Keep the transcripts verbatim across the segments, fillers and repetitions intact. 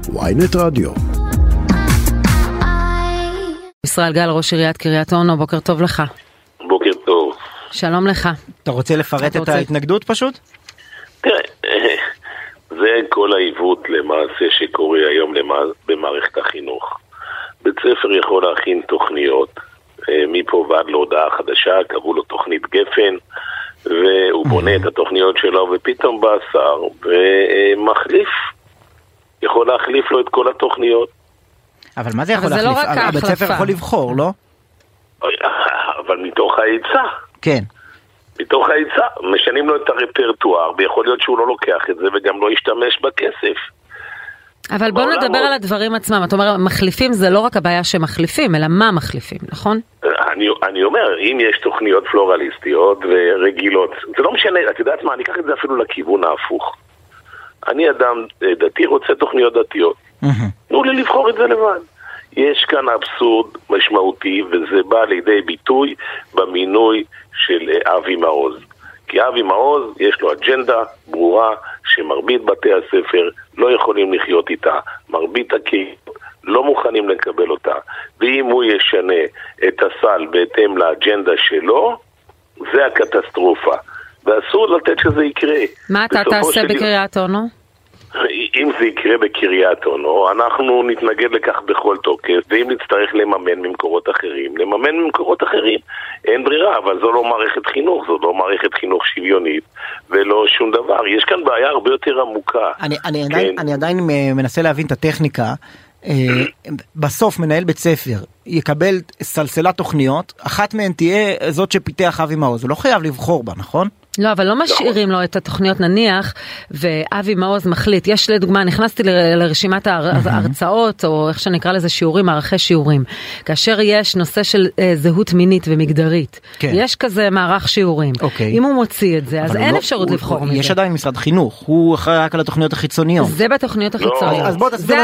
וויינט רדיו. ישראל גל, ראש עיריית קריית אונו, בוקר טוב לך. בוקר טוב. שלום לך. אתה רוצה לפרט את ההתנגדות פשוט? תראה, זה כל העיוות למעשה שקורה היום במערכת החינוך. בית ספר יכול להכין תוכניות, מפה ועד להודעה חדשה, קראו לו תוכנית גפן, והוא בונה את התוכניות שלו, ופתאום בא שר ומחליף, יכול להחליף לו את כל התוכניות. אבל מה זה יכול להחליף? הבית ספר יכול לבחור, לא? אבל מתוך ההיצע. כן. מתוך ההיצע, משנים לו את הרפרטואר, ויכול להיות שהוא לא לוקח את זה, וגם לא ישתמש בכסף. אבל בוא נדבר על הדברים עצמם. אתה אומר, מחליפים זה לא רק הבעיה שמחליפים, אלא מה מחליפים, נכון? אני, אני אומר, אם יש תוכניות פלורליסטיות ורגילות, זה לא משנה, את יודעת מה, אני אקח את זה אפילו לכיוון ההפוך. אני אדם דתי, רוצה תוכניות דתיות. תנו לי לבחור את זה לבד. יש כאן אבסורד משמעותי, וזה בא לידי ביטוי במינוי של אבי מעוז. כי אבי מעוז יש לו אג'נדה ברורה שמרבית בתי הספר לא יכולים לחיות איתה, מרבית הקהילות לא מוכנים לקבל אותה, ואם הוא ישנה את הסל בהתאם לאג'נדה שלו, זה הקטסטרופה, ואסור לתת שזה יקרה. מה אתה תעשה בקריית אונו? אם זה יקרה בקריית אונו, אנחנו נתנגד לכך בכל תוקף, ואם נצטרך לממן ממקורות אחרים, לממן ממקורות אחרים. אין ברירה, אבל זו לא מערכת חינוך, זו לא מערכת חינוך שוויונית, ולא שום דבר. יש כאן בעיה הרבה יותר עמוקה. אני, אני, כן. עדיין, אני עדיין מנסה להבין את הטכניקה. בסוף מנהל בית ספר יקבל סלסלת תוכניות, אחת מהן תהיה זאת שפיתח אבי מעוז, הוא לא חייב לבחור בה, נכון? לא, אבל לא משאירים לו את התוכניות נניח, ואבי מעוז מחליט. יש לדוגמה, נכנסתי לרשימת ההרצאות, או איך שנקרא לזה שיעורים, מערכי שיעורים. כאשר יש נושא של זהות מינית ומגדרית, יש כזה מערך שיעורים. אם הוא מוציא את זה, אז אין אפשרות לבחור מזה. יש עדיין משרד חינוך, הוא אחראי רק על התוכניות החיצוניות. זה בתוכניות החיצוניות. אז בוא תסביר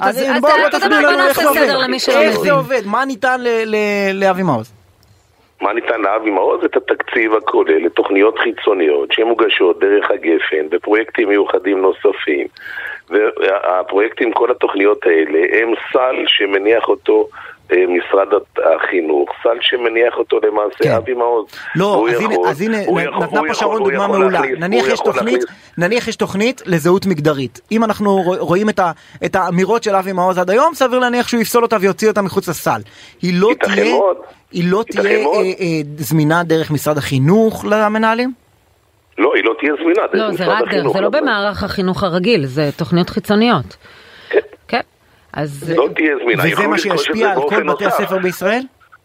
לנו איך זה עובד, מה ניתן לאבי מעוז? מה ניתן לאבי מעוז? את התקציב הכולל לתוכניות חיצוניות שמוגשות דרך הגפן בפרויקטים מיוחדים נוספים, והפרויקטים, כל התוכניות האלה הם סל שמניח אותו משרד החינוך, סל שמניח אותו למעשה אבי מעוז. לא, אז הנה נתנה פה שרון דוגמה מעולה. נניח יש תוכנית לזהות מגדרית. אם אנחנו רואים את האמירות של אבי מעוז עד היום, סביר להניח שהוא יפסול אותה ויוציא אותה מחוץ לסל. היא לא תהיה היא לא תהיה זמינה דרך משרד החינוך למנהלים? לא, היא לא תהיה זמינה דרך משרד החינוך. זה לא במערך החינוך הרגיל, זה תוכניות חיצוניות. כן. כן. אז לא תהיה זמינה. וזה מה שישפיע על כל בתי הספר בישראל?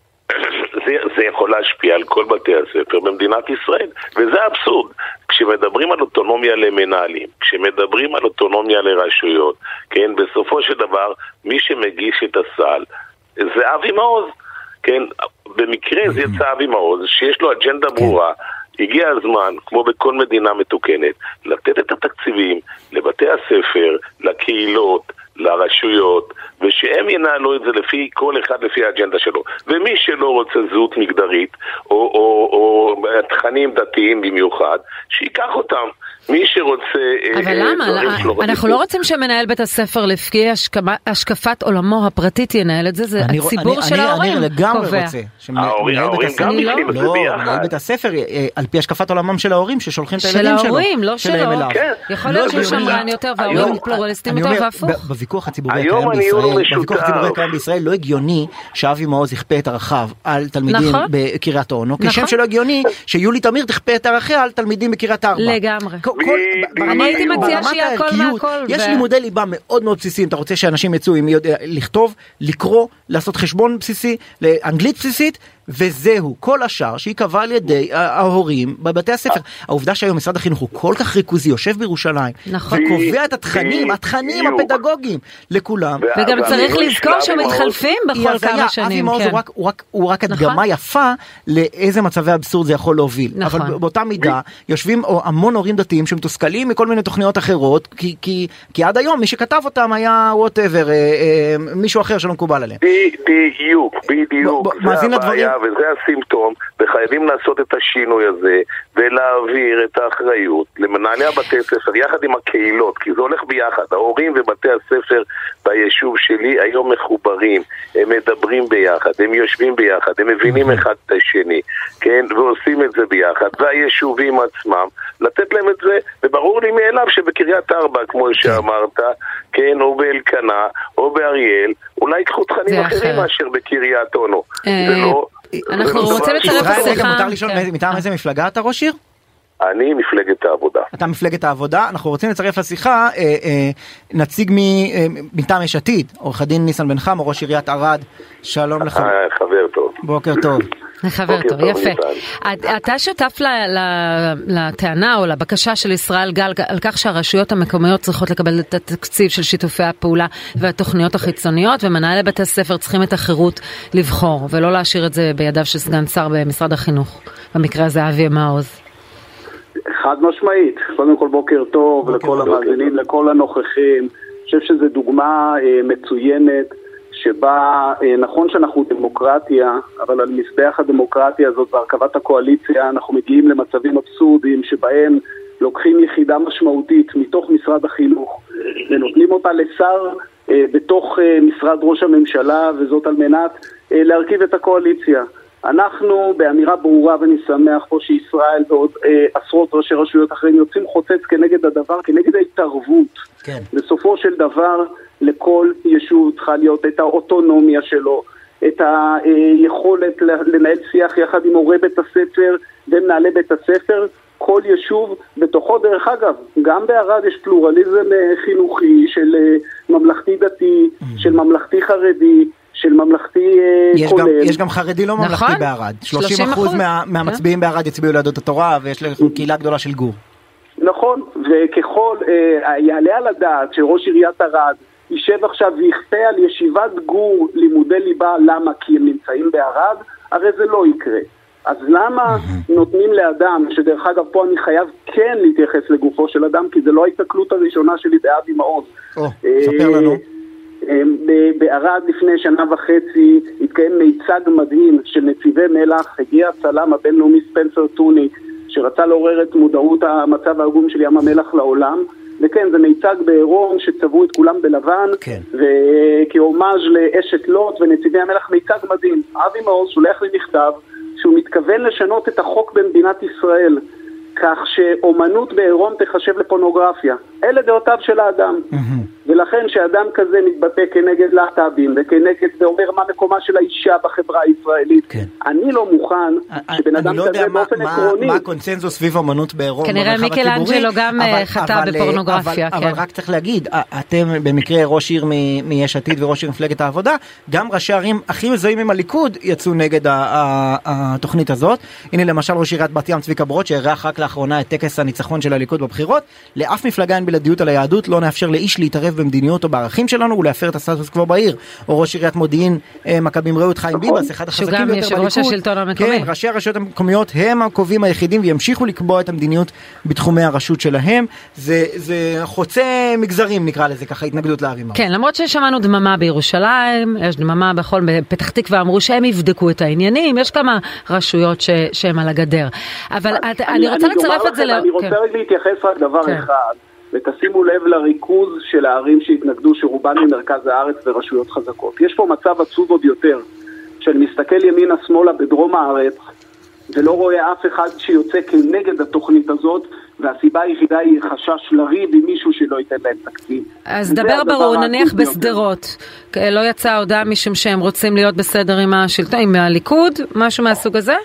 זה, זה יכול להשפיע על כל בתי הספר במדינת ישראל, וזה אבסורד. כשמדברים על אוטונומיה למנהלים, כשמדברים על אוטונומיה לרשויות, כן, בסופו של דבר, מי שמגיש את הסל, זה אבי מעוז. כן, במקרה זה יצא אבי מעוז, שיש לו אג'נדה ברורה, הגיע הזמן, כמו בכל מדינה מתוקנת, לתת את התקציבים לבתי הספר, לקהילות, לרשויות, ושהם ינהלו את זה לפי, כל אחד לפי האג'נדה שלו. ומי שלא רוצה זהות מגדרית, או, או, או תכנים דתיים במיוחד, שיקח אותם. מי שרוצה... אבל למה? אנחנו לא רוצים שמנהל בית הספר לפי השקפת עולמו הפרטית ינהל את זה, זה הציבור של ההורים. אני לגמרי רוצה. ההורים גם נפלים את זה ביחד. מנהל בית הספר, על פי השקפת עולמם של ההורים, ששולחים את הילדים שלו. של ההורים, לא שלו. יכול להיות שהוא שמרן יותר, וההורים פלורליסטים יותר והפוך. בוויכוח הציבורי הקיים בישראל, בוויכוח הציבורי הקיים בישראל, לא הגיוני שאבי מעוז יכפה את ערכיו על תלמידים בקריית אונו, כשם שלא הגיוני שיולי תמיר תכפה את ערכיה על תלמידים בקריית ארבע. לגמרי. אני הייתי מציעה שיהיה הכל מהכל. יש לימודי ליבה מאוד מאוד בסיסיים, אתה רוצה שאנשים יצאו עם לכתוב, לקרוא, לעשות חשבון בסיסי, לאנגלית בסיסית, וזהו, כל השאר שיקבע על ידי ההורים בבתי הספר. העובדה שהיום משרד החינוך הוא כל כך ריכוזי, יושב בירושלים, וקובע את התכנים, התכנים הפדגוגיים לכולם. וגם צריך לזכור שמתחלפים בכל כמה שנים. אבי מעוז הוא רק הדגמה יפה לאיזה מצבי אבסורד זה יכול להוביל. אבל באותה מידה יושבים המון הורים דתיים שמתוסכלים מכל מיני תוכניות אחרות, כי עד היום מי שכתב אותם היה whatever, מישהו אחר שלא מקובל עליהם. בדיוק, בדיוק. מאזין לדברים וזה הסימפטום, וחייבים לעשות את השינוי הזה, ולהעביר את האחריות למנהלי הבתי ספר, יחד עם הקהילות, כי זה הולך ביחד. ההורים ובתי הספר ביישוב שלי היום מחוברים, הם מדברים ביחד, הם יושבים ביחד, הם מבינים אחד את השני, כן, ועושים את זה ביחד, והיישובים עצמם, לתת להם את זה, וברור לי מאליו שבקריית ארבע, כמו שאמרת, כן, או באלקנה, או באריאל, אולי יקחו תכנים אחרים מאשר בקריית אונו. זה לא... אנחנו רוצים לצרף לשיחה. מותר לשאול מטעם איזה מפלגה אתה ראש עיר? אני מפלגת העבודה. אתה מפלגת העבודה, אנחנו רוצים לצרף לשיחה נציג מטעם יש עתיד, עורך הדין ניסן בן חמו, ראש עיריית ערד, שלום לך. חבר טוב. בוקר טוב. חבר טוב, יפה. אתה שותף לטענה או לבקשה של ישראל גל על כך שהרשויות המקומיות צריכות לקבל את התקציב של שיתופי הפעולה והתוכניות החיצוניות, ומנהלי בתי הספר צריכים את החירות לבחור, ולא להשאיר את זה בידיו של סגן שר במשרד החינוך, במקרה הזה אבי מעוז. חד משמעית, קודם כל בוקר טוב לכל המאזינים, לכל הנוכחים. אני חושב שזו דוגמה מצוינת שבה נכון שאנחנו דמוקרטיה, אבל על מזבח הדמוקרטיה הזאת והרכבת הקואליציה אנחנו מגיעים למצבים אבסורדיים שבהם לוקחים יחידה משמעותית מתוך משרד החינוך ונותנים אותה לשר בתוך משרד ראש הממשלה, וזאת על מנת להרכיב את הקואליציה. אנחנו באמירה ברורה, ואני שמח פה שישראל ועוד אה, עשרות ראשי רשויות אחרים יוצאים חוצץ כנגד הדבר, כנגד ההתערבות. כן. בסופו של דבר, לכל יישוב צריכה להיות את האוטונומיה שלו, את היכולת לנהל שיח יחד עם הורי בית הספר ומנהלי בית הספר. כל יישוב בתוכו, דרך אגב, גם בערד יש פלורליזם חינוכי של ממלכתי דתי, של ממלכתי חרדי, של ממלכתי יש כולל. גם, יש גם חרדי לא ממלכתי נכון? בערד. שלושים אחוז מה, מהמצביעים כן? בערד יצביעו ליהדות התורה, ויש לכם קהילה גדולה של גור. נכון, וככל אה, יעלה על הדעת שראש עיריית ערד יישב עכשיו ויכפה על ישיבת גור לימודי ליבה, למה? כי הם נמצאים בערד, הרי זה לא יקרה. אז למה mm-hmm. נותנים לאדם, שדרך אגב פה אני חייב כן להתייחס לגופו של אדם, כי זה לא ההתקלות הראשונה שלי באבי מעוז. או, oh, ספר לנו. בערד לפני שנה וחצי התקיים מיצג מדהים של נציבי מלח, הגיע הצלם הבינלאומי ספנסר טוניק שרצה לעורר את מודעות המצב העגום של ים המלח לעולם, וכן זה מיצג בעירון שצבעו את כולם בלבן, כן. וכהומאז' לאשת לוט ונציבי המלח, מיצג מדהים. אבי מעוז שולח לי מכתב שהוא מתכוון לשנות את החוק במדינת ישראל כך שאומנות בעירון תחשב לפורנוגרפיה. אלה דעותיו של האדם. Mm-hmm. ולכן שאדם כזה מתבטא כנגד להט"בים וכנגד ואומר מה מקומה של האישה בחברה הישראלית, כן. אני לא מוכן שבן אדם לא כזה באופן מה, עקרוני. מה הקונצנזוס סביב אומנות בעירון? כנראה מיקלאנג'לו גם חטא בפורנוגרפיה. אבל, כן. אבל רק צריך להגיד, אתם במקרה ראש עיר מיש עתיד וראש עיר מפלגת העבודה, גם ראשי ערים הכי מזוהים עם הליכוד יצאו נגד התוכנית הזאת. הנה למשל ראש עיריית בת ים צביקה ברוט שערך רק לאחרונה את טקס הניצחון של הליכוד בבחירות. לאף מפלגה אין בלעדיות על היהדות, לא נאפשר לאיש להתערב במדיניות או בערכים שלנו ולהפר את הסטטוס קוו בעיר. או ראש עיריית מודיעין מכבים רעות חיים ביבס, אחד החזקים ביותר בליכוד. כן, ראשי הרשויות המקומיות הם הקובעים היחידים וימשיכו לקבוע את המדיניות בתחומי הרשות שלהם. זה זה חוצה מגזרים נקרא לזה ככה, התנגדות לערים. כן, למרות ששמענו דממה בירושלים, יש דממה בכל בפתח תקווה, אמרו שהם יבדקו את העניינים, יש כמה רשויות שהם על הגדר. אבל אני רוצה לצרף את זה. אני רוצה להתייחס רק דבר אחד. ותשימו לב לריכוז של הערים שהתנגדו, שרובן ממרכז הארץ ורשויות חזקות. יש פה מצב עצוב עוד יותר, שאני מסתכל ימינה שמאלה בדרום הארץ, ולא רואה אף אחד שיוצא כנגד התוכנית הזאת, והסיבה היחידה היא חשש לריב עם מישהו שלא ייתן להם תקציב. אז דבר ברור, נניח בסדרות, לא יצאה הודעה משום שהם רוצים להיות בסדר עם השלטון, עם הליכוד, משהו מהסוג הזה?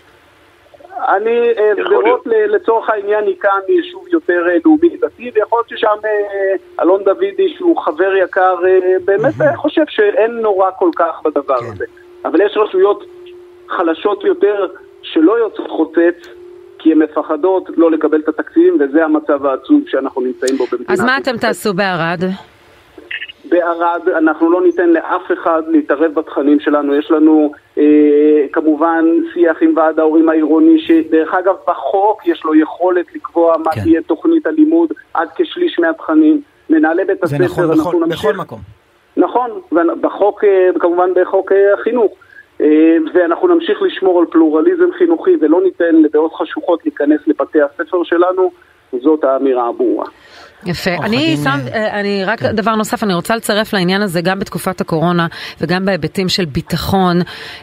אני, סדרות לצורך העניין היא כאן יישוב יותר לאומי דתי, ויכול להיות ששם אלון דוידי שהוא חבר יקר באמת חושב שאין נורא כל כך בדבר הזה. אבל יש רשויות חלשות יותר שלא יוצאות חוצץ כי הן מפחדות לא לקבל את התקציבים, וזה המצב העצוב שאנחנו נמצאים בו במדינת ישראל. אז מה אתם תעשו בערד? בערד אנחנו לא ניתן לאף אחד להתערב בתכנים שלנו. יש לנו אה, כמובן שיח עם ועד ההורים העירוני, שדרך אגב בחוק יש לו יכולת לקבוע מה כן. תהיה תוכנית הלימוד עד כשליש מהתכנים. מנהלי בית הספר נכון, בכל, בכל מקום. נכון, בחוק, כמובן בחוק החינוך. ואנחנו נמשיך לשמור על פלורליזם חינוכי ולא ניתן לדעות חשוכות להיכנס לבתי הספר שלנו, זאת האמירה הברורה. יפה. אני שם, אני רק דבר נוסף, אני רוצה לצרף לעניין הזה גם בתקופת הקורונה וגם בהיבטים של ביטחון.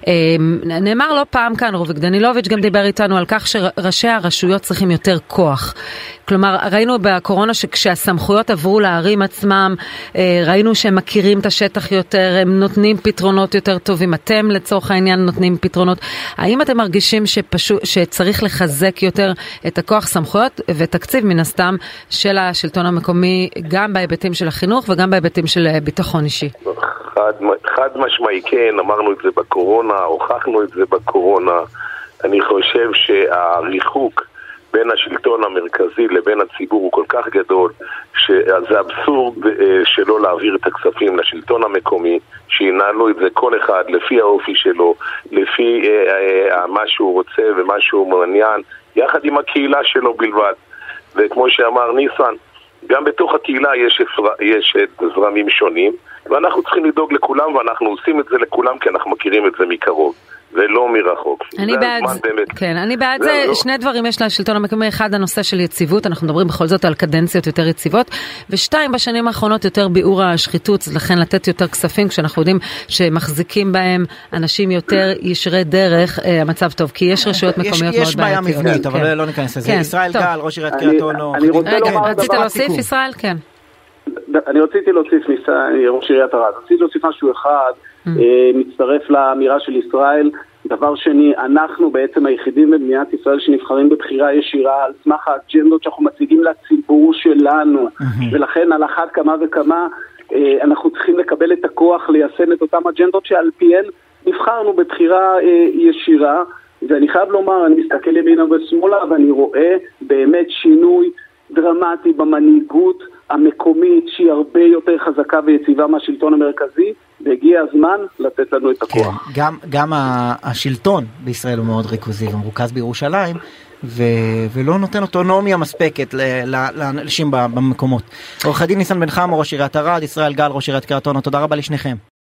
נאמר לא פעם כאן, רוביק דנילוביץ' גם דיבר איתנו על כך שראשי הרשויות צריכים יותר כוח. כלומר, ראינו בקורונה שכשהסמכויות עברו לערים עצמם, ראינו שהם מכירים את השטח יותר, הם נותנים פתרונות יותר טובים. אתם לצורך העניין נותנים פתרונות. האם אתם מרגישים שפשוט, שצריך לחזק יותר את הכוח סמכויות ותקציב מן הסתם של השלטון המקומי, גם בהיבטים של החינוך וגם בהיבטים של ביטחון אישי? חד, חד משמעי, כן, אמרנו את זה בקורונה, הוכחנו את זה בקורונה. אני חושב שהריחוק בין השלטון המרכזי לבין הציבור הוא כל כך גדול, שזה אבסורד שלא להעביר את הכספים לשלטון המקומי, שינהלו את זה כל אחד לפי האופי שלו, לפי מה שהוא רוצה ומה שהוא מעוניין, יחד עם הקהילה שלו בלבד. וכמו שאמר ניסן, גם בתוך הקהילה יש, יש זרמים שונים, ואנחנו צריכים לדאוג לכולם, ואנחנו עושים את זה לכולם כי אנחנו מכירים את זה מקרוב. ולא מרחוק. אני בעד, כן, אני בעד זה, שני דברים יש לשלטון המקומי, אחד הנושא של יציבות, אנחנו מדברים בכל זאת על קדנציות יותר יציבות, ושתיים בשנים האחרונות יותר ביאור השחיתות, לכן לתת יותר כספים, כשאנחנו יודעים שמחזיקים בהם אנשים יותר ישרי דרך, המצב טוב, כי יש רשויות מקומיות מאוד בעייתיות. יש בעיה מבנית, אבל לא ניכנס לזה. ישראל גל, ראש עיריית קריית אונו. רגע, רצית להוסיף, ישראל? כן. אני רציתי להוסיף, ראש עיריית ערד, רציתי להוסיף משהו אחד, מצטרף לאמירה של ישראל. דבר שני, אנחנו בעצם היחידים במדינת ישראל שנבחרים בבחירה ישירה על סמך האג'נדות שאנחנו מציגים לציבור שלנו, ולכן על אחת כמה וכמה אנחנו צריכים לקבל את הכוח ליישם את אותם אג'נדות שעל פיהן נבחרנו בבחירה ישירה. ואני חייב לומר, אני מסתכל ימינה ושמאלה ואני רואה באמת שינוי דרמטי במנהיגות המקומית שהיא הרבה יותר חזקה ויציבה מהשלטון המרכזי, והגיע הזמן לתת לנו את הכוח. כן, גם, גם השלטון בישראל הוא מאוד ריכוזי ומרוכז בירושלים, ו, ולא נותן אוטונומיה מספקת לאנשים במקומות. עורך הדין ניסן בן חמו, ראש עיריית ערד, ישראל גל, ראש עיריית קריית אונו, תודה רבה לשניכם.